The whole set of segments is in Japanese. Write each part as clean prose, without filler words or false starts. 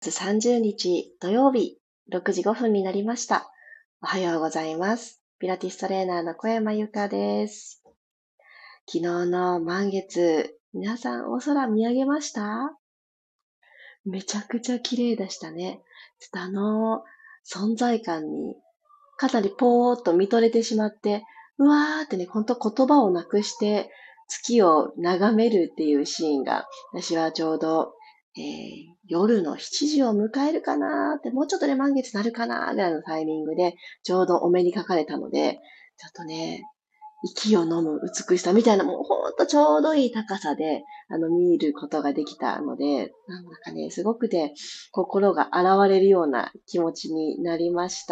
30日土曜日6時5分になりました。おはようございます。ピラティストレーナーの小山由かです。昨日の満月、皆さんお空見上げました？めちゃくちゃ綺麗でしたね。ちょっと存在感にかなりぽーっと見とれてしまって、うわーってね、ほんと言葉をなくして月を眺めるっていうシーンが、私はちょうど、夜の7時を迎えるかなーって、もうちょっとで満月になるかなーぐらいのタイミングで、ちょうどお目にかかれたので、ちょっとね、息を飲む美しさみたいな、もうほんとちょうどいい高さで、見ることができたので、なんだかね、すごくね、心が洗われるような気持ちになりました。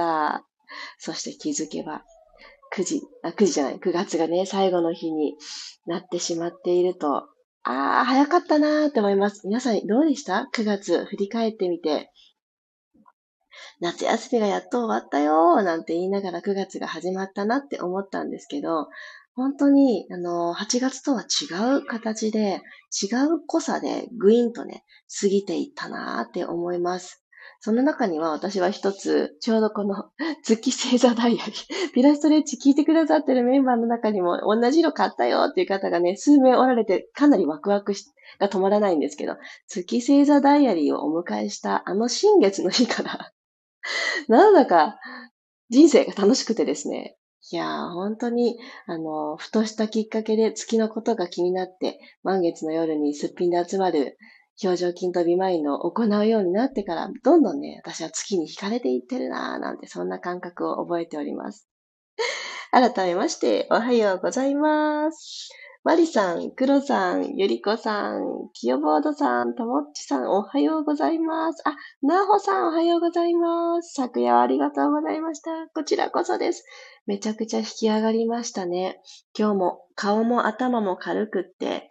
そして気づけば、9時じゃない、9月がね、最後の日になってしまっていると、早かったなーって思います。皆さんどうでした？ 9 月振り返ってみて。夏休みがやっと終わったよーなんて言いながら9月が始まったなって思ったんですけど、本当に、8月とは違う形で、違う濃さでグイーンとね、過ぎていったなーって思います。その中には私は一つ、ちょうどこの月星座ダイアリー、ピラストレッチ聞いてくださってるメンバーの中にも同じ色買ったよっていう方がね、数名おられて、かなりワクワクが止まらないんですけど、月星座ダイアリーをお迎えした新月の日からなんだか人生が楽しくてですね。いやー、本当に、ふとしたきっかけで月のことが気になって、満月の夜にすっぴんで集まる表情筋とビマインドを行うようになってから、どんどんね、私は月に惹かれていってるなーなんて、そんな感覚を覚えております。改めまして、おはようございます。マリさん、クロさん、ゆりこさん、キヨボードさん、ともっちさん、おはようございます。なほさん、おはようございます。昨夜はありがとうございました。こちらこそです。めちゃくちゃ引き上がりましたね。今日も顔も頭も軽くって、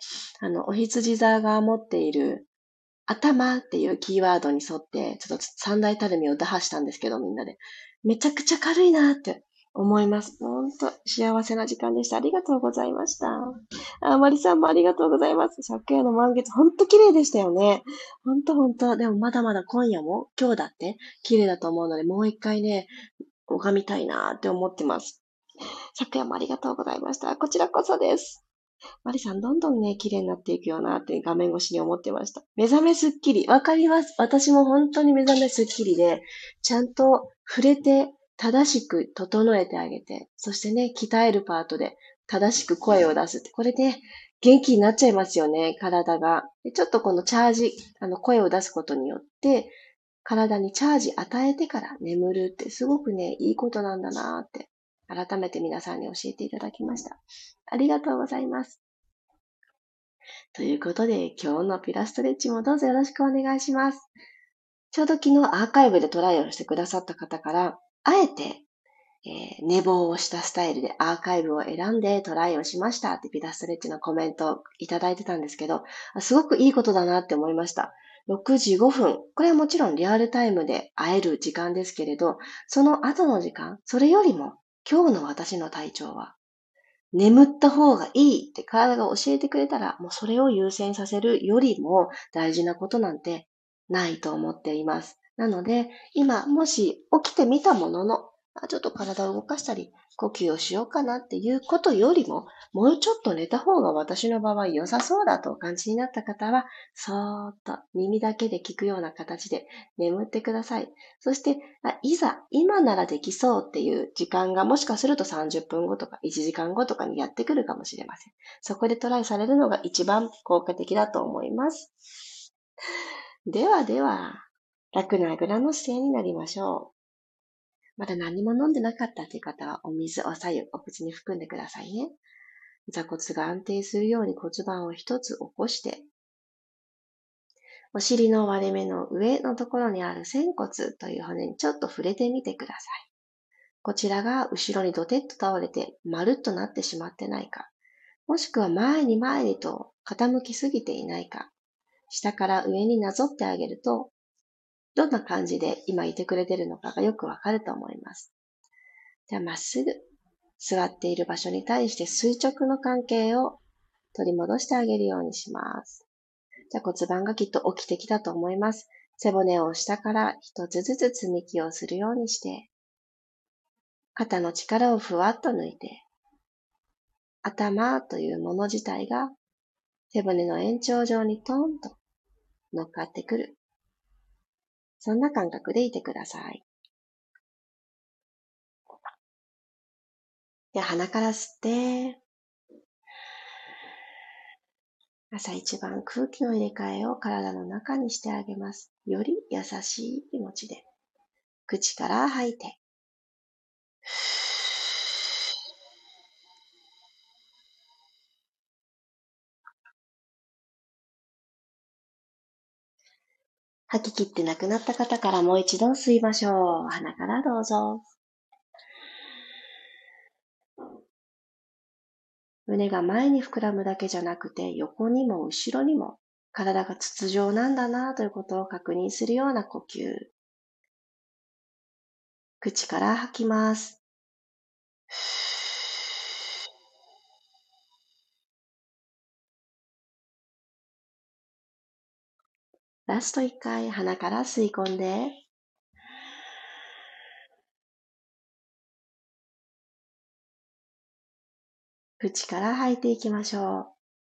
お羊座が持っている頭っていうキーワードに沿って、ちょっと三大たるみを打破したんですけど、みんなで。めちゃくちゃ軽いなって思います。ほんと幸せな時間でした。ありがとうございました。マリさんもありがとうございます。昨夜の満月、ほんと綺麗でしたよね。ほんとほんと。でもまだまだ今夜も、今日だって綺麗だと思うので、もう一回ね、拝みたいなって思ってます。昨夜もありがとうございました。こちらこそです。マリさん、どんどんね、綺麗になっていくよなって画面越しに思ってました。目覚めすっきり。わかります。私も本当に目覚めすっきりで、ちゃんと触れて、正しく整えてあげて、そしてね、鍛えるパートで正しく声を出すって、これで元気になっちゃいますよね、体が。でちょっとこのチャージ、声を出すことによって、体にチャージ与えてから眠るってすごくね、いいことなんだなって、改めて皆さんに教えていただきました。ありがとうございます。ということで、今日のピラストレッチもどうぞよろしくお願いします。ちょうど昨日アーカイブでトライをしてくださった方から、あえて、寝坊をしたスタイルでアーカイブを選んでトライをしましたってピラストレッチのコメントをいただいてたんですけど、すごくいいことだなって思いました。6時5分。これはもちろんリアルタイムで会える時間ですけれど、その後の時間、それよりも今日の私の体調は眠った方がいいって体が教えてくれたら、もうそれを優先させるよりも大事なことなんてないと思っています。なので、今、もし起きてみたものの、ちょっと体を動かしたり、呼吸をしようかなっていうことよりも、もうちょっと寝た方が私の場合良さそうだとお感じになった方は、そーっと耳だけで聞くような形で眠ってください。そして、いざ、今ならできそうっていう時間がもしかすると30分後とか1時間後とかにやってくるかもしれません。そこでトライされるのが一番効果的だと思います。ではでは、楽なあぐらの姿勢になりましょう。まだ何も飲んでなかったという方は、お水、お白湯、お口に含んでくださいね。座骨が安定するように骨盤を一つ起こして、お尻の割れ目の上のところにある仙骨という骨にちょっと触れてみてください。こちらが後ろにドテッと倒れて丸っとなってしまってないか、もしくは前に前にと傾きすぎていないか、下から上になぞってあげると、どんな感じで今いてくれているのかがよくわかると思います。ではまっすぐ座っている場所に対して垂直の関係を取り戻してあげるようにします。じゃあ骨盤がきっと起きてきたと思います。 背骨を下から一つずつ積み木をするようにして、肩の力をふわっと抜いて、頭というもの自体が背骨の延長上にトンと乗っかってくる。そんな感覚でいてください。で、鼻から吸って、朝一番空気の入れ替えを体の中にしてあげます。より優しい気持ちで。口から吐いて。吐き切ってなくなった方からもう一度吸いましょう。鼻からどうぞ。胸が前に膨らむだけじゃなくて、横にも後ろにも体が筒状なんだなということを確認するような呼吸。口から吐きます。ラスト1回、鼻から吸い込んで、口から吐いていきましょう。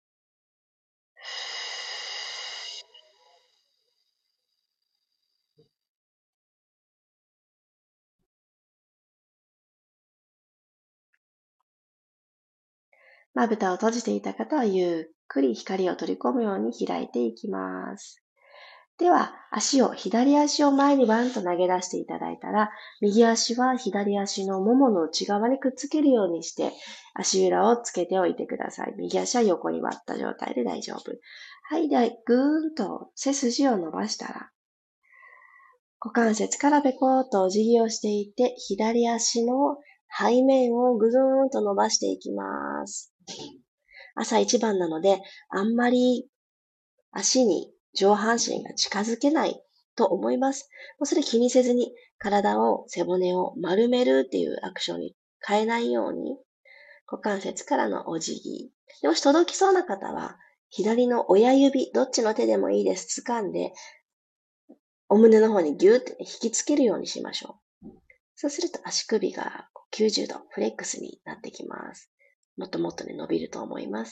まぶたを閉じていた方はゆっくり光を取り込むように開いていきます。では、左足を前にバンと投げ出していただいたら、右足は左足のももの内側にくっつけるようにして、足裏をつけておいてください。右足は横に割った状態で大丈夫。はい、で、ぐーんと背筋を伸ばしたら、股関節からペコーっとお辞儀をしていって、左足の背面をぐーんと伸ばしていきます。朝一番なので、あんまり足に上半身が近づけないと思います。もうそれ気にせずに背骨を丸めるっていうアクションに変えないように、股関節からのお辞儀。もし届きそうな方は、左の親指、どっちの手でもいいです。掴んで、お胸の方にギューって引きつけるようにしましょう。そうすると足首が90度フレックスになってきます。もっともっとね、伸びると思います。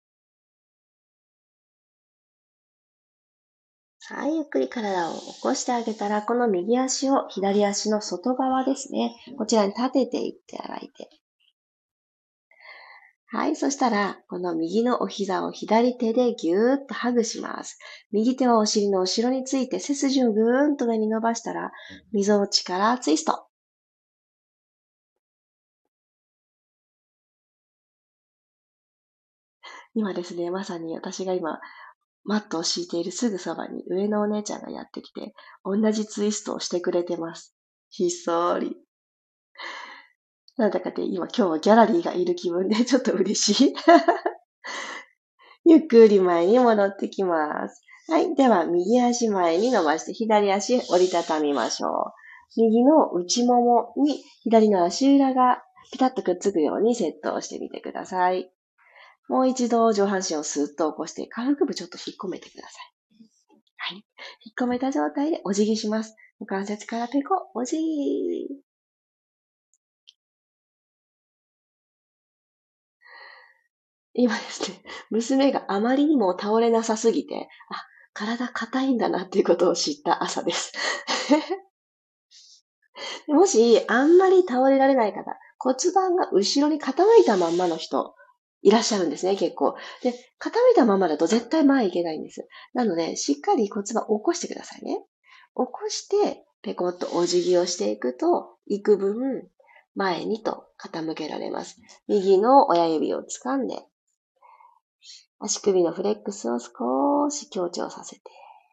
はい、ゆっくり体を起こしてあげたら、この右足を左足の外側ですね。こちらに立てていってあげて。はい、そしたら、この右のお膝を左手でぎゅーっとハグします。右手はお尻の後ろについて背筋をぐーんと上に伸ばしたら、溝落ちからツイスト。今ですね、まさに私が今、マットを敷いているすぐそばに上のお姉ちゃんがやってきて、同じツイストをしてくれてます。ひっそり。なんだかで今日はギャラリーがいる気分でちょっと嬉しい。ゆっくり前に戻ってきます。はい。では、右足前に伸ばして、左足折りたたみましょう。右の内ももに左の足裏がピタッとくっつくようにセットをしてみてください。もう一度上半身をスーッと起こして、下腹部ちょっと引っ込めてください。はい。引っ込めた状態でお辞儀します。股関節からペコ、お辞儀。今ですね、娘があまりにも倒れなさすぎて、体硬いんだなっていうことを知った朝です。もし、あんまり倒れられない方、骨盤が後ろに傾いたまんまの人、いらっしゃるんですね、結構。で、傾いたままだと絶対前行けないんです。なので、しっかり骨盤を起こしてくださいね。起こして、ペコッとお辞儀をしていくと、幾分、前にと傾けられます。右の親指を掴んで、足首のフレックスを少し強調させて、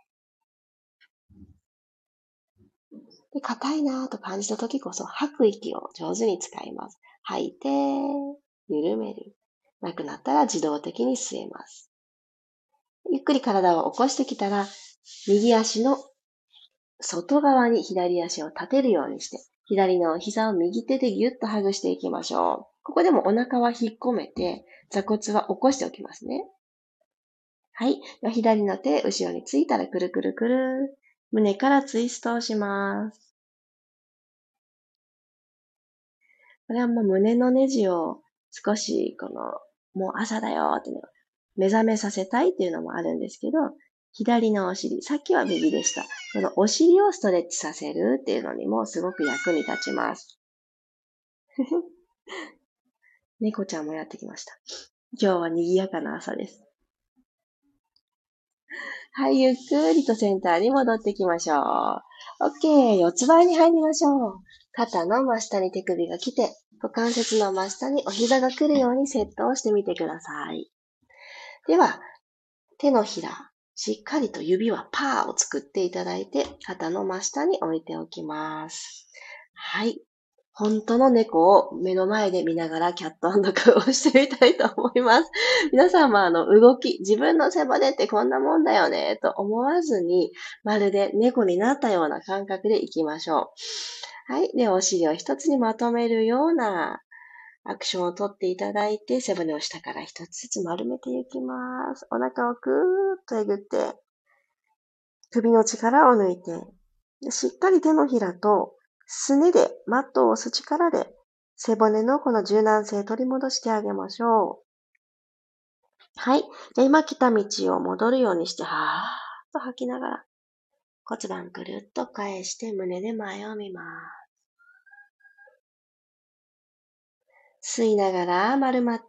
で、硬いなぁと感じた時こそ吐く息を上手に使います。吐いて、緩める。なくなったら自動的に吸えます。ゆっくり体を起こしてきたら、右足の外側に左足を立てるようにして、左の膝を右手でギュッとハグしていきましょう。ここでもお腹は引っ込めて、座骨は起こしておきますね。はい。左の手、後ろについたらくるくるくる。 胸からツイストをします。これはもう胸のネジを少しもう朝だよって目覚めさせたいっていうのもあるんですけど、左のお尻、さっきは右でした。このお尻をストレッチさせるっていうのにもすごく役に立ちます。猫ちゃんもやってきました。今日は賑やかな朝です。はい、ゆっくりとセンターに戻ってきましょう。OK、四つ倍に入りましょう。肩の真下に手首が来て、股関節の真下にお膝が来るようにセットをしてみてください。では、手のひら、しっかりと指はパーを作っていただいて、肩の真下に置いておきます。はい。本当の猫を目の前で見ながらキャット&カウをしてみたいと思います。皆さんも動き、自分の背骨ってこんなもんだよね、と思わずに、まるで猫になったような感覚でいきましょう。はい。で、お尻を一つにまとめるようなアクションをとっていただいて、背骨を下から一つずつ丸めていきます。お腹をぐーっとえぐって、首の力を抜いて、しっかり手のひらとすねでマットを押す力で背骨のこの柔軟性を取り戻してあげましょう。はい。じゃあ今来た道を戻るようにして、はーっと吐きながら骨盤くるっと返して胸で前を見ます。吸いながら丸まって、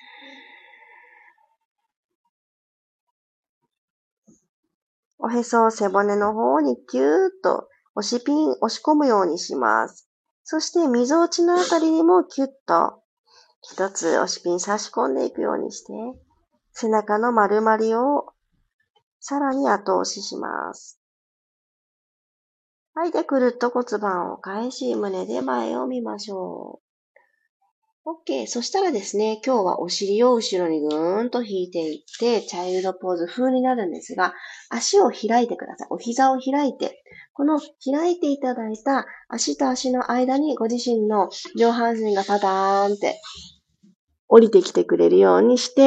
おへそを背骨の方にキューッと押し込むようにします。そして溝落ちのあたりにもキュッと一つ押しピン差し込んでいくようにして、背中の丸まりをさらに後押しします。はい。で、くるっと骨盤を返し、胸で前を見ましょう。OK。そしたらですね、今日はお尻を後ろにぐーんと引いていって、チャイルドポーズ風になるんですが、足を開いてください。お膝を開いて、この開いていただいた足と足の間にご自身の上半身がパターンって降りてきてくれるようにして、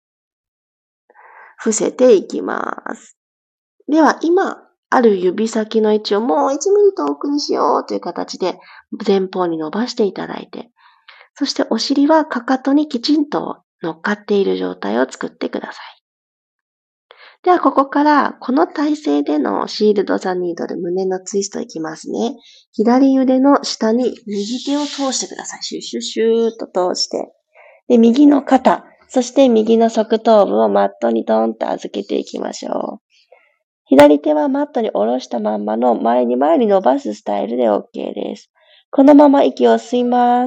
伏せていきます。では、今、ある指先の位置をもう1ミリ遠くにしようという形で前方に伸ばしていただいて、そしてお尻はかかとにきちんと乗っかっている状態を作ってください。では、ここからこの体勢でのシールド・ザ・ニードル胸のツイストいきますね。左腕の下に右手を通してください。シュシュシューっと通して。で、右の肩、そして右の側頭部をマットにドーンと預けていきましょう。左手はマットに下ろしたまんまの前に伸ばすスタイルで OK です。このまま息を吸います。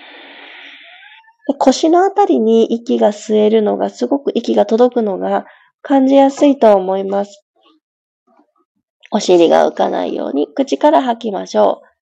腰のあたりに息が吸えるのが、すごく息が届くのが感じやすいと思います。お尻が浮かないように口から吐きましょう。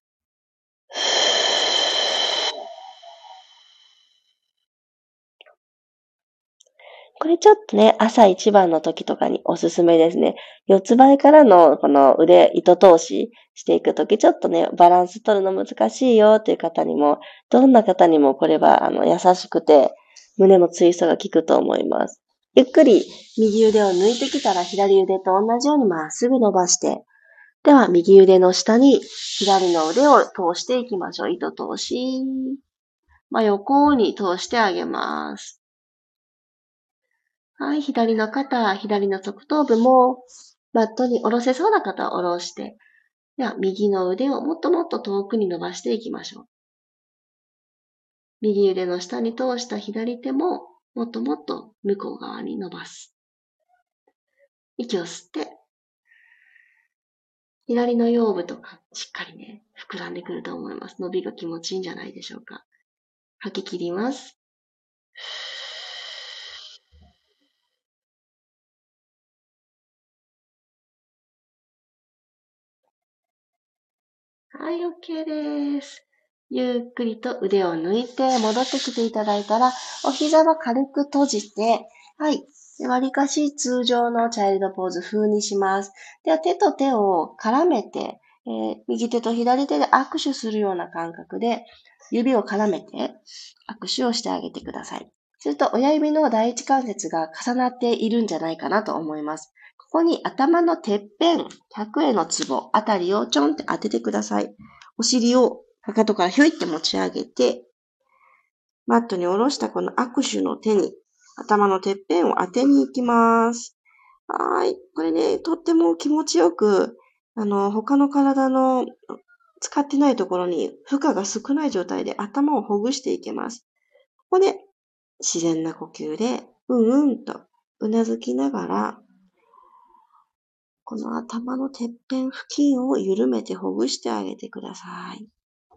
これちょっとね、朝一番の時とかにおすすめですね。四つ倍からのこの腕、糸通ししていく時、ちょっとね、バランス取るの難しいよという方にも、どんな方にもこれは優しくて、胸のツイストが効くと思います。ゆっくり右腕を抜いてきたら左腕と同じようにまっすぐ伸ばして、では右腕の下に左の腕を通していきましょう。糸通し。横に通してあげます。はい、左の肩、左の側頭部もマットに下ろせそうな方は下ろして、では右の腕をもっともっと遠くに伸ばしていきましょう。右腕の下に通した左手ももっともっと向こう側に伸ばす。息を吸って、左の腰部とかしっかりね、膨らんでくると思います。伸びが気持ちいいんじゃないでしょうか。吐き切ります。はい、OK です。ゆっくりと腕を抜いて戻ってきていただいたら、お膝は軽く閉じて、はい。わりかし通常のチャイルドポーズ風にします。では手と手を絡めて、右手と左手で握手するような感覚で、指を絡めて握手をしてあげてください。すると親指の第一関節が重なっているんじゃないかなと思います。 ここに頭のてっぺん、100円のツボあたりをちょんって当ててください。お尻をかかとからひょいって持ち上げて、マットに下ろしたこの握手の手に頭のてっぺんを当てに行きます。はい。これね、とっても気持ちよく、他の体の使ってないところに負荷が少ない状態で頭をほぐしていけます。ここで自然な呼吸で、うんうんとうなずきながら、この頭のてっぺん付近を緩めてほぐしてあげてください。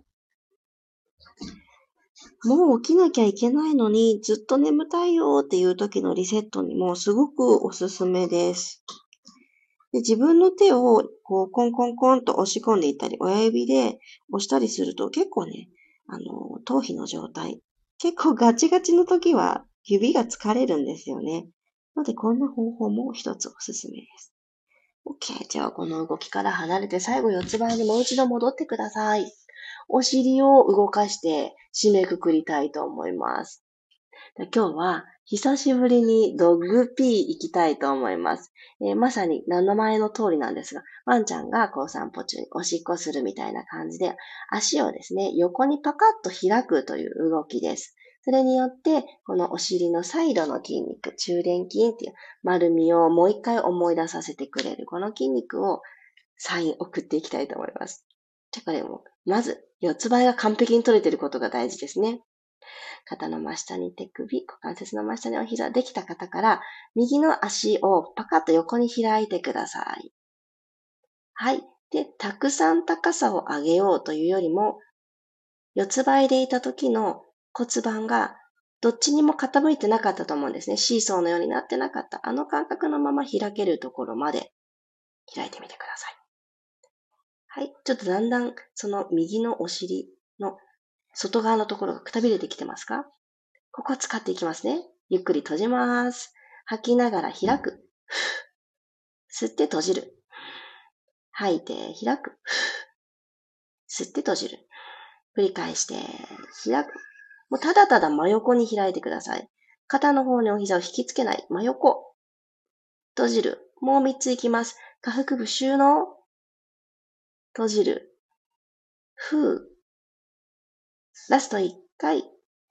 もう起きなきゃいけないのにずっと眠たいよっていう時のリセットにもすごくおすすめです。で、自分の手をこうコンコンコンと押し込んでいったり、親指で押したりすると結構ね、頭皮の状態、結構ガチガチの時は指が疲れるんですよね。ので、こんな方法も一つおすすめです。OK。じゃあ、この動きから離れて最後四つ倍にもう一度戻ってください。お尻を動かして締めくくりたいと思います。今日は久しぶりにドッグピー行きたいと思います。まさに名の前の通りなんですが、ワンちゃんがこう散歩中におしっこするみたいな感じで、足をですね、横にパカッと開くという動きです。それによって、このお尻のサイドの筋肉、中臀筋っていう丸みをもう一回思い出させてくれる、この筋肉をサイン送っていきたいと思います。じゃあこれも、まず、四つ倍が完璧に取れていることが大事ですね。肩の真下に手首、股関節の真下にお膝できた方から、右の足をパカッと横に開いてください。はい。で、たくさん高さを上げようというよりも、四つ倍でいた時の骨盤がどっちにも傾いてなかったと思うんですね。シーソーのようになってなかった。あの感覚のまま開けるところまで開いてみてください。はい。ちょっとだんだんその右のお尻の外側のところがくたびれてきてますか？ここを使っていきますね。ゆっくり閉じます。吐きながら開く。吸って閉じる。吐いて開く。吸って閉じる。繰り返して開く。もうただただ真横に開いてください。肩の方にお膝を引きつけない。真横。閉じる。もう3ついきます。下腹部収納。閉じる。ふう。ラスト1回。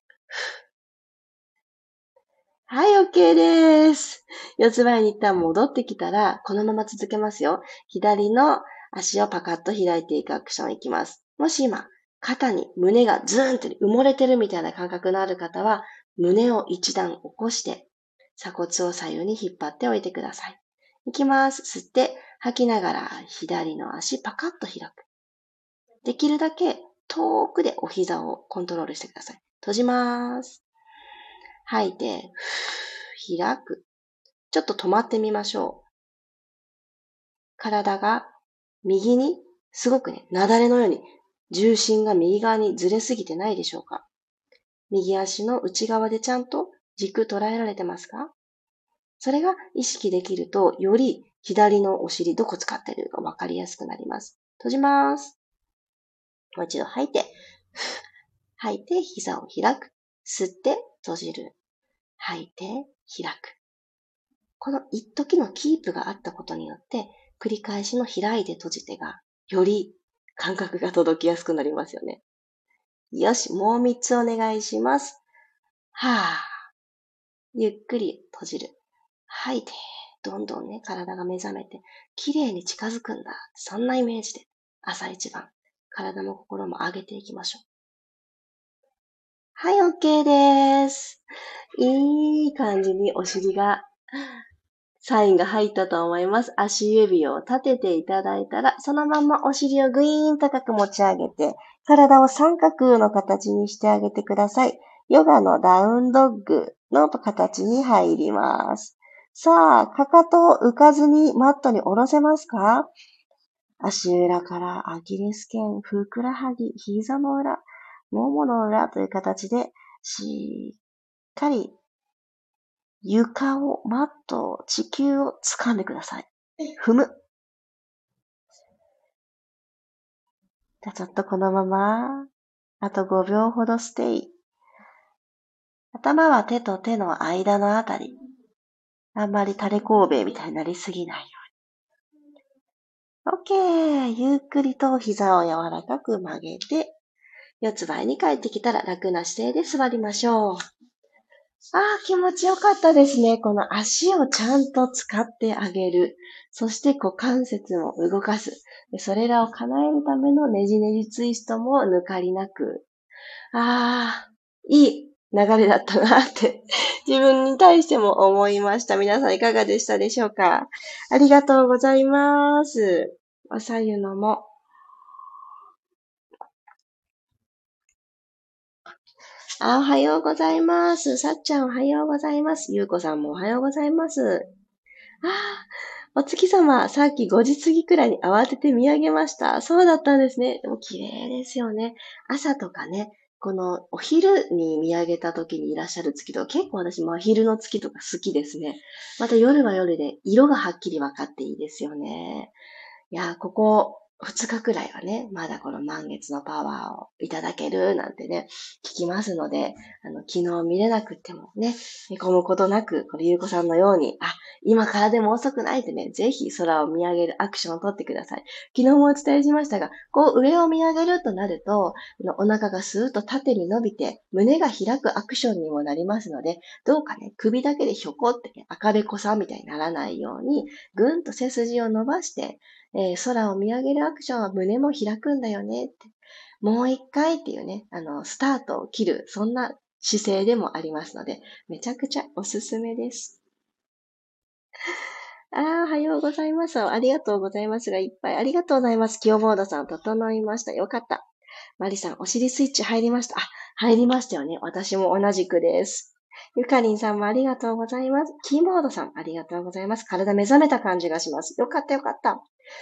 はい、OK です。四つ倍に一旦戻ってきたら、このまま続けますよ。左の足をパカッと開いていくアクションいきます。もし今、肩に胸がズーンって埋もれてるみたいな感覚のある方は、胸を一段起こして、鎖骨を左右に引っ張っておいてください。いきます。吸って、吐きながら左の足パカッと開く。できるだけ遠くでお膝をコントロールしてください。閉じます。吐いて、開く。ちょっと止まってみましょう。体が右に、すごくね、雪崩のように重心が右側にずれすぎてないでしょうか？右足の内側でちゃんと軸捉えられてますか？それが意識できると、より左のお尻どこ使ってるか分かりやすくなります。閉じます。もう一度吐いて、吐いて膝を開く。吸って閉じる。吐いて開く。この一時のキープがあったことによって、繰り返しの開いて閉じてが、より感覚が届きやすくなりますよね。よし、もう3つお願いします。はぁ。ゆっくり閉じる。吐いて、どんどんね、体が目覚めて、綺麗に近づくんだ。そんなイメージで、朝一番、体も心も上げていきましょう。はい、OK です。いい感じにお尻がサインが入ったと思います。足指を立てていただいたら、そのままお尻をぐいーん高く持ち上げて、体を三角の形にしてあげてください。ヨガのダウンドッグの形に入ります。さあ、かかとを浮かずにマットに下ろせますか？足裏からアキレス腱、ふくらはぎ、膝の裏、ももの裏という形で、しっかり床を、マット、地球を掴んでください。踏む。じゃあちょっとこのまま、あと5秒ほどステイ。頭は手と手の間のあたり。 あんまり垂れ神戸みたいになりすぎないように。OK。ゆっくりと膝を柔らかく曲げて、四つ倍に帰ってきたら楽な姿勢で座りましょう。気持ちよかったですね。この足をちゃんと使ってあげる。そして股関節も動かす。それらを叶えるためのねじねじツイストも抜かりなく。いい流れだったなって自分に対しても思いました。皆さんいかがでしたでしょうか？ありがとうございます。おさゆのも。おはようございます。さっちゃんおはようございます。ゆうこさんもおはようございます。お月様、さっき5時過ぎくらいに慌てて見上げました。そうだったんですね。でも綺麗ですよね。朝とかね、このお昼に見上げた時にいらっしゃる月と結構私真昼の月とか好きですね。また夜は夜で色がはっきり分かっていいですよね。いや、ここ2日くらいはね、まだこの満月のパワーをいただけるなんてね、聞きますので、昨日見れなくってもね、見込むことなく、これゆうこさんのように、今からでも遅くないってね、ぜひ空を見上げるアクションをとってください。昨日もお伝えしましたが、こう上を見上げるとなると、お腹がスーッと縦に伸びて、胸が開くアクションにもなりますので、どうかね、首だけでひょこってね、赤べこさんみたいにならないように、ぐんと背筋を伸ばして、空を見上げるアクションは胸も開くんだよねって。もう一回っていうね、スタートを切る、そんな姿勢でもありますので、めちゃくちゃおすすめです。おはようございます。ありがとうございますが、いっぱいありがとうございます。キヨボードさん、整いました。よかった。マリさん、お尻スイッチ入りました。入りましたよね。私も同じくです。ゆかりんさんもありがとうございます。キーボードさん、ありがとうございます。体目覚めた感じがします。よかったよかった。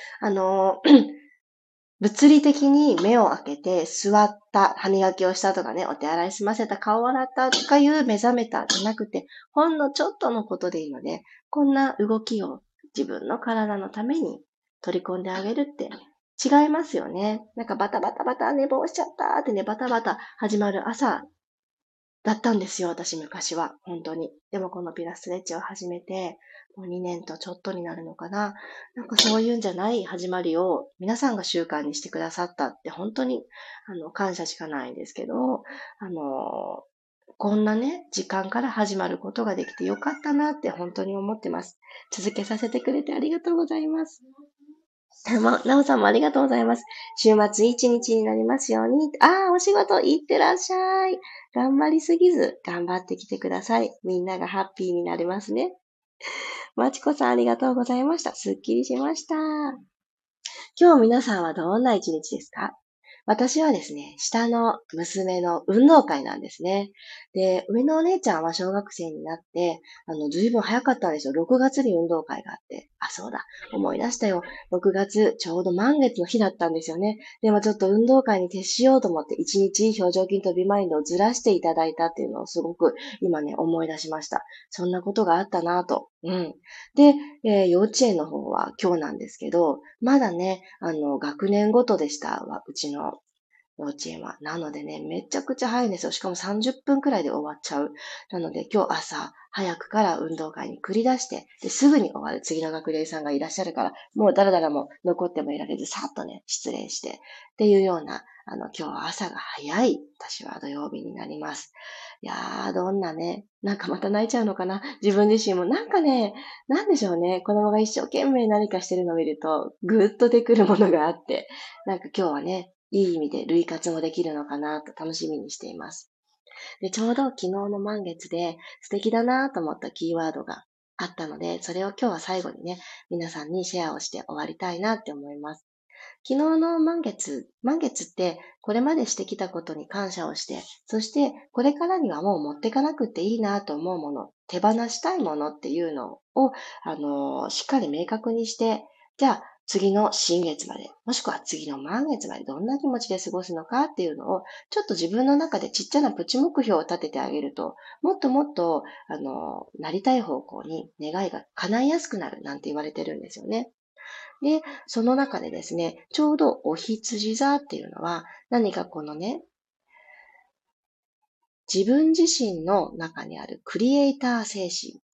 物理的に目を開けて座った、歯磨きをしたとかね、お手洗い済ませた、顔を洗ったとかいう目覚めたじゃなくて、ほんのちょっとのことでいいので、こんな動きを自分の体のために取り込んであげるって違いますよね。なんかバタバタバタ寝坊しちゃったってね、バタバタ始まる朝だったんですよ、私昔は。本当に。でもこのピラストレッチを始めて、もう2年とちょっとになるのかな。なんかそういうんじゃない始まりを皆さんが習慣にしてくださったって本当に、感謝しかないんですけど、こんなね、時間から始まることができてよかったなって本当に思ってます。続けさせてくれてありがとうございます。なおさんもありがとうございます。週末いい一日になりますように。お仕事行ってらっしゃい。頑張りすぎず、頑張ってきてください。みんながハッピーになれますね。まちこさんありがとうございました。すっきりしました。今日皆さんはどんな一日ですか？私はですね、下の娘の運動会なんですね。で、上のお姉ちゃんは小学生になって、ずいぶん早かったんですよ。6月に運動会があって。そうだ。思い出したよ。6月、ちょうど満月の日だったんですよね。でもちょっと運動会に徹しようと思って、1日表情筋とビマインドをずらしていただいたっていうのをすごく今ね、思い出しました。そんなことがあったなぁと。で、幼稚園の方は今日なんですけど、まだね、学年ごとでしたわ、うちの幼稚園は。なのでね、めちゃくちゃ早いんですよ。しかも30分くらいで終わっちゃう。なので今日朝早くから運動会に繰り出して、ですぐに終わる次の学齢さんがいらっしゃるから、もうだらだらも残ってもいられず、さっとね、失礼して、っていうような、今日は朝が早い、私は土曜日になります。いやー、どんなね、なんかまた泣いちゃうのかな自分自身も。なんかね、なんでしょうね、子供が一生懸命何かしてるのを見ると、ぐーっと出てくるものがあって、なんか今日はね、いい意味で類活もできるのかなと楽しみにしています。で、ちょうど昨日の満月で素敵だなと思ったキーワードがあったので、それを今日は最後にね、皆さんにシェアをして終わりたいなって思います。昨日の満月ってこれまでしてきたことに感謝をして、そしてこれからにはもう持っていかなくていいなと思うもの、手放したいものっていうのを、しっかり明確にして、じゃあ次の新月まで、もしくは次の満月までどんな気持ちで過ごすのかっていうのを、ちょっと自分の中でちっちゃなプチ目標を立ててあげると、もっともっと、なりたい方向に願いが叶いやすくなるなんて言われてるんですよね。で、その中でですね、ちょうどお羊座っていうのは、何かこのね、自分自身の中にあるクリエイター精神。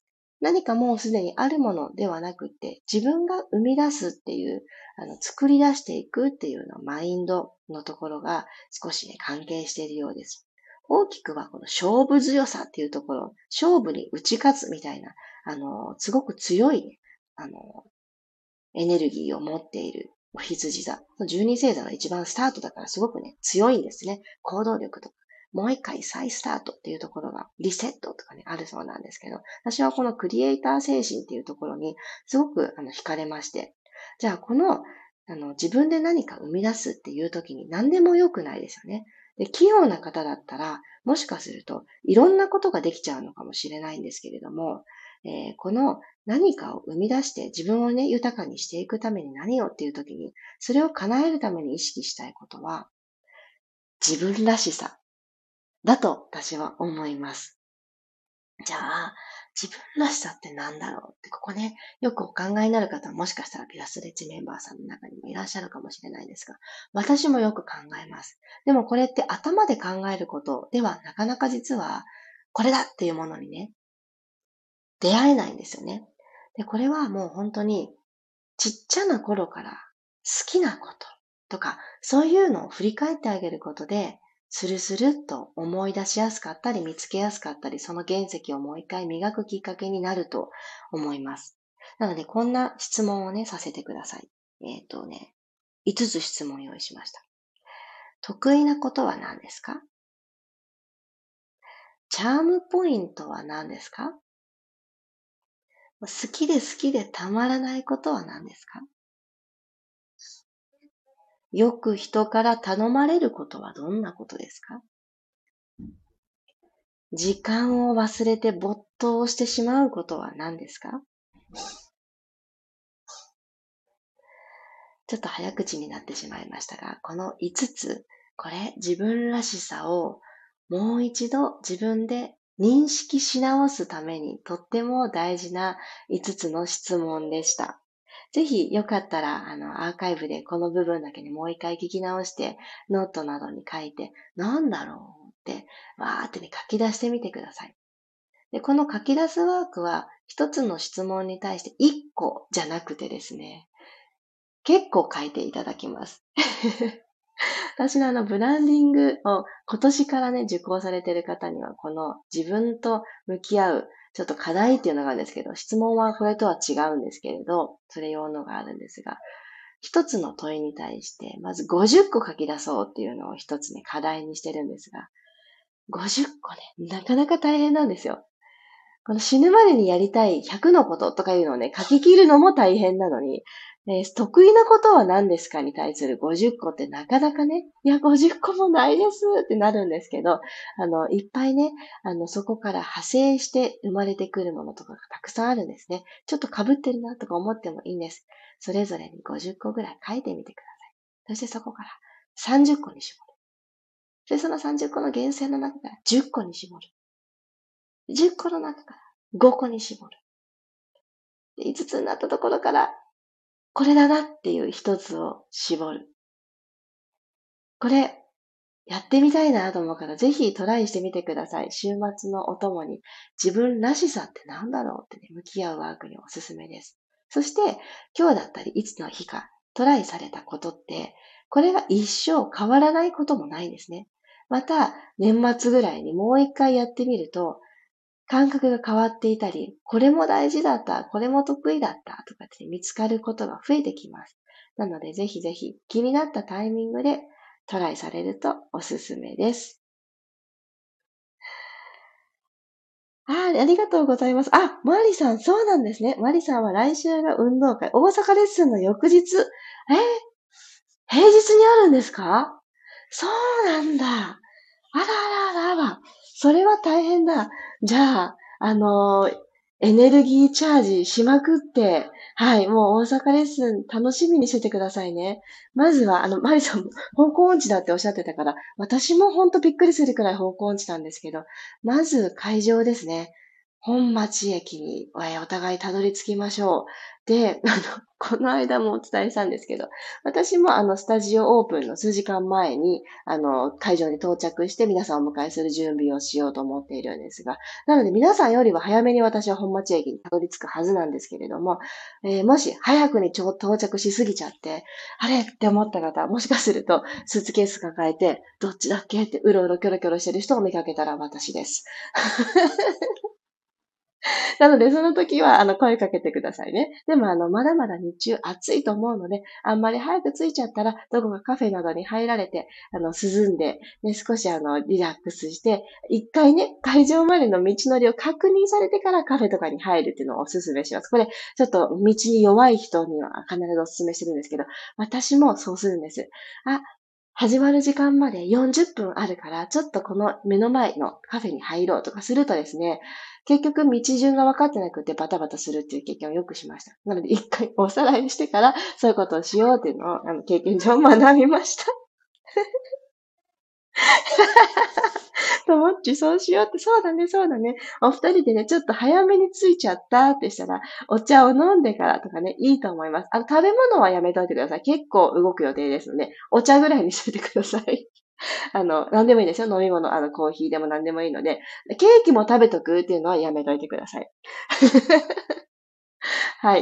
何かもうすでにあるものではなくて、自分が生み出すっていう、作り出していくっていうのマインドのところが少しね、関係しているようです。大きくはこの勝負強さっていうところ、勝負に打ち勝つみたいな、すごく強い、エネルギーを持っているお羊座。12星座が一番スタートだからすごくね、強いんですね。行動力とか。もう一回再スタートっていうところが、リセットとかね、あるそうなんですけど、私はこのクリエイター精神っていうところにすごく惹かれまして、じゃあこの、自分で何か生み出すっていう時に何でも良くないですよね。で、器用な方だったら、もしかするといろんなことができちゃうのかもしれないんですけれども、この何かを生み出して自分をね、豊かにしていくために何をっていう時に、それを叶えるために意識したいことは、自分らしさだと私は思います。じゃあ、自分らしさって何だろうって、ここね、よくお考えになる方はもしかしたらピラストレッチメンバーさんの中にもいらっしゃるかもしれないですが、私もよく考えます。でもこれって頭で考えることではなかなか実は、これだっていうものにね、出会えないんですよね。で、これはもう本当にちっちゃな頃から好きなこととか、そういうのを振り返ってあげることで、スルスルっと思い出しやすかったり見つけやすかったり、その原石をもう一回磨くきっかけになると思います。なので、こんな質問をね、させてください。5つ質問を用意しました。得意なことは何ですか？チャームポイントは何ですか？好きで好きでたまらないことは何ですか？よく人から頼まれることはどんなことですか？時間を忘れて没頭してしまうことは何ですか？ちょっと早口になってしまいましたが、この5つ、これ自分らしさをもう一度自分で認識し直すためにとっても大事な5つの質問でした。ぜひよかったら、アーカイブでこの部分だけにもう一回聞き直して、ノートなどに書いて、なんだろうって、わーってね、書き出してみてください。で、この書き出すワークは、一つの質問に対して1個じゃなくてですね、結構書いていただきます。私のブランディングを今年からね、受講されている方には、この自分と向き合う、ちょっと課題っていうのがあるんですけど、質問はこれとは違うんですけれど、それ用のがあるんですが、一つの問いに対して、まず50個書き出そうっていうのを一つね、課題にしてるんですが、50個ね、なかなか大変なんですよ。この死ぬまでにやりたい100のこととかいうのをね、書き切るのも大変なのに、得意なことは何ですかに対する50個ってなかなかね、いや、50個もないですってなるんですけど、いっぱいね、そこから派生して生まれてくるものとかがたくさんあるんですね。ちょっと被ってるなとか思ってもいいんです。それぞれに50個ぐらい書いてみてください。そしてそこから30個に絞る。で、その30個の厳選の中から10個に絞る。10個の中から5個に絞る。で、5つになったところから、これだなっていう1つを絞る。これ、やってみたいなと思うから、ぜひトライしてみてください。週末のお供に、自分らしさって何だろうってね、向き合うワークにおすすめです。そして、今日だったり、いつの日か、トライされたことって、これが一生変わらないこともないんですね。また、年末ぐらいにもう一回やってみると、感覚が変わっていたり、これも大事だった、これも得意だったとかって見つかることが増えてきます。なので、ぜひぜひ気になったタイミングでトライされるとおすすめです。ありがとうございます。マリさん、そうなんですね。マリさんは来週が運動会、大阪レッスンの翌日。平日にあるんですか？そうなんだ。あらあらあらあら。それは大変だ。じゃあ、エネルギーチャージしまくって、はい、もう大阪レッスン楽しみにしててくださいね。まずは、マリさんも方向音痴だっておっしゃってたから、私もほんとびっくりするくらい方向音痴なんですけど、まず会場ですね。 本町駅にお互いたどり着きましょう。で、この間もお伝えしたんですけど、私もスタジオオープンの数時間前に、会場に到着して皆さんをお迎えする準備をしようと思っているんですが、なので皆さんよりは早めに私は本町駅にたどり着くはずなんですけれども、もし早くに到着しすぎちゃって、あれって思った方、もしかするとスーツケース抱えて、どっちだっけってうろうろキョロキョロしてる人を見かけたら私です。なので、その時は、声かけてくださいね。でも、まだまだ日中暑いと思うので、あんまり早く着いちゃったら、どこかカフェなどに入られて、涼んで、ね、少しリラックスして、一回ね、会場までの道のりを確認されてからカフェとかに入るっていうのをお勧めします。これ、ちょっと道に弱い人には必ずお勧めしてるんですけど、私もそうするんです。始まる時間まで40分あるから、ちょっとこの目の前のカフェに入ろうとかするとですね、結局道順が分かってなくてバタバタするっていう経験をよくしました。なので一回おさらいしてからそういうことをしようっていうのを経験上学びました。ともっちそうしようって、そうだね、そうだね。お二人でね、ちょっと早めに着いちゃったってしたら、お茶を飲んでからとかね、いいと思います。食べ物はやめといてください。結構動く予定ですので、お茶ぐらいにしといてください。何でもいいですよ。飲み物、コーヒーでも何でもいいので、ケーキも食べとくっていうのはやめといてください。はい。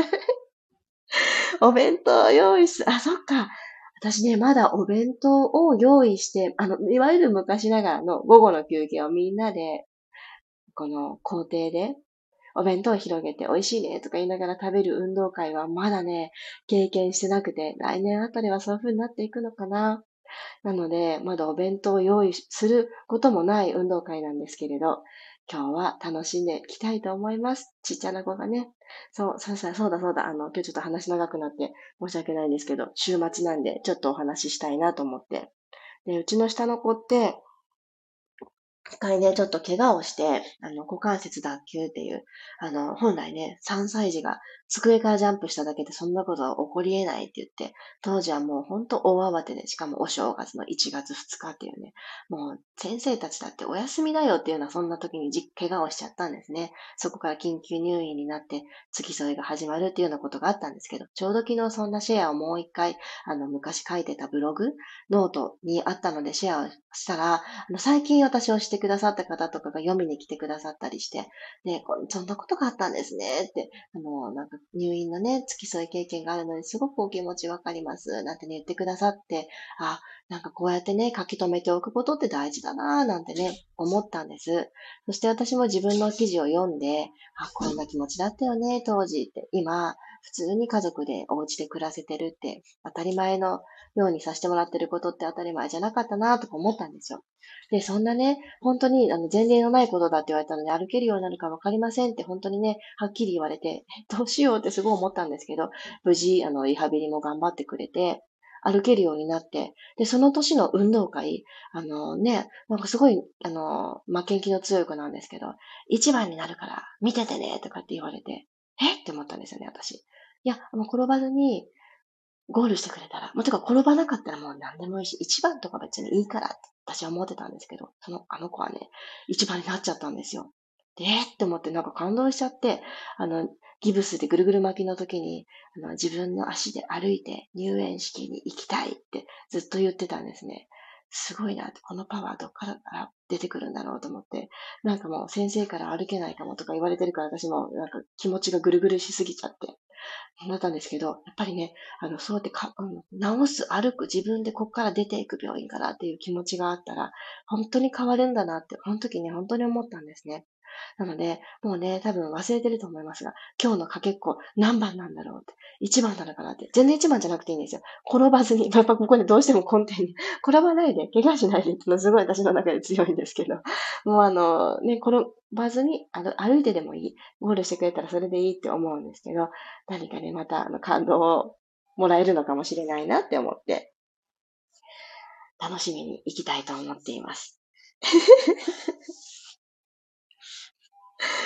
お弁当用意そっか。私ね、まだお弁当を用意して、いわゆる昔ながらの午後の休憩をみんなで、この校庭で、お弁当を広げて美味しいねとか言いながら食べる運動会はまだね、経験してなくて、来年あたりはそういう風になっていくのかな。なので、まだお弁当を用意することもない運動会なんですけれど、今日は楽しんでいきたいと思います。ちっちゃな子がね。そうだ。今日ちょっと話長くなって申し訳ないんですけど、週末なんでちょっとお話ししたいなと思って。で、うちの下の子って、一回ね、ちょっと怪我をして、股関節脱臼っていう、本来ね、3歳児が机からジャンプしただけでそんなことは起こり得ないって言って、当時はもうほんと大慌てで、しかもお正月の1月2日っていうね、もう先生たちだってお休みだよっていうようなそんな時に怪我をしちゃったんですね。そこから緊急入院になって、付き添いが始まるっていうようなことがあったんですけど、ちょうど昨日そんなシェアをもう一回、昔書いてたブログ、ノートにあったのでシェアをしたら、最近私をしてくださった方とかが読みに来てくださったりして、で、そんなことがあったんですねって、なんか入院のね、付き添い経験があるのですごくお気持ちわかります、なんてね、言ってくださって、なんかこうやってね、書き留めておくことって大事だなぁ、なんてね、思ったんです。そして私も自分の記事を読んで、こんな気持ちだったよね、当時って。今、普通に家族でお家で暮らせてるって、当たり前のようにさせてもらってることって当たり前じゃなかったなとか思ったんですよ。で、そんなね、本当に前例のないことだって言われたので歩けるようになるかわかりませんって本当にね、はっきり言われて、どうしようってすごい思ったんですけど、無事、リハビリも頑張ってくれて、歩けるようになって、で、その年の運動会、なんかすごい、負けん気の強い子なんですけど、一番になるから見ててねとかって言われて、って思ったんですよね、私。いや、転ばずに、ゴールしてくれたら、てか転ばなかったらもう何でもいいし、一番とか別にいいからって私は思ってたんですけど、あの子はね、一番になっちゃったんですよ。で、って思ってなんか感動しちゃって、ギブスでぐるぐる巻きの時に、自分の足で歩いて入園式に行きたいってずっと言ってたんですね。すごいなって、このパワーどっから出てくるんだろうと思って、なんかもう先生から歩けないかもとか言われてるから私もなんか気持ちがぐるぐるしすぎちゃって、だったんですけど、やっぱりね、そうやって治す、歩く、自分でここから出ていく病院からっていう気持ちがあったら、本当に変わるんだなって、この時ね、本当に思ったんですね。なので、もうね、多分忘れてると思いますが、今日のかけっこ何番なんだろうって、1番なのかなって、全然1番じゃなくていいんですよ。転ばずに、やっぱここでどうしても根底に、転ばないで、怪我しないでっていうのすごい私の中で強いんですけど、もう転ばずに、歩いてでもいい。ゴールしてくれたらそれでいいって思うんですけど、何かね、また感動をもらえるのかもしれないなって思って、楽しみに行きたいと思っています。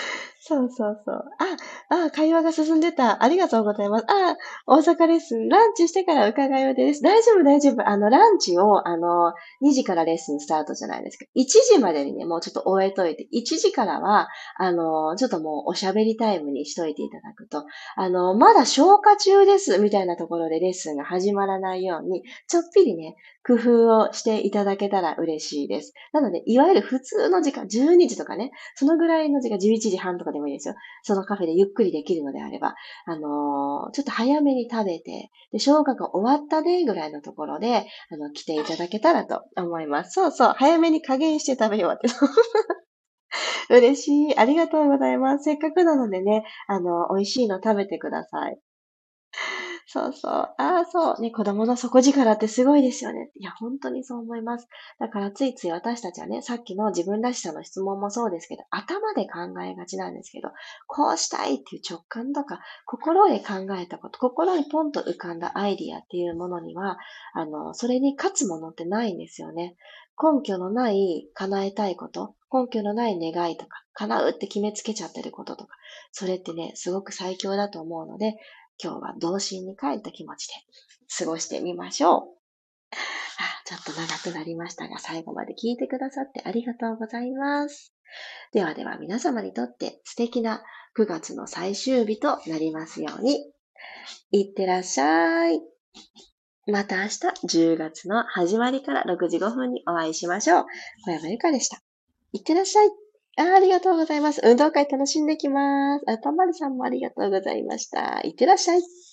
そうそうそう。会話が進んでた。ありがとうございます。大阪レッスン、ランチしてから伺い予定です。大丈夫、大丈夫。ランチを、2時からレッスンスタートじゃないですか。1時までにね、もうちょっと終えといて、1時からは、ちょっともうおしゃべりタイムにしといていただくと、まだ消化中です、みたいなところでレッスンが始まらないように、ちょっぴりね、工夫をしていただけたら嬉しいです。なので、いわゆる普通の時間、12時とかね、そのぐらいの時間、11時半とかでもいいですよ。そのカフェでゆっくりできるのであれば、ちょっと早めに食べて、で、消化が終わったね、ぐらいのところで、来ていただけたらと思います。そうそう、早めに加減して食べようって。嬉しい。ありがとうございます。せっかくなのでね、美味しいの食べてください。そうそう。そう。ね、子供の底力ってすごいですよね。いや、本当にそう思います。だからついつい私たちはね、さっきの自分らしさの質問もそうですけど、頭で考えがちなんですけど、こうしたいっていう直感とか、心で考えたこと、心にポンと浮かんだアイディアっていうものには、それに勝つものってないんですよね。根拠のない叶えたいこと、根拠のない願いとか、叶うって決めつけちゃってることとか、それってね、すごく最強だと思うので、今日は童心に帰った気持ちで過ごしてみましょう。ちょっと長くなりましたが、最後まで聞いてくださってありがとうございます。ではでは皆様にとって素敵な9月の最終日となりますように。いってらっしゃい。また明日10月の始まりから6時5分にお会いしましょう。小山由かでした。いってらっしゃい。ありがとうございます。運動会楽しんできます。パンマルさんもありがとうございました。いってらっしゃい。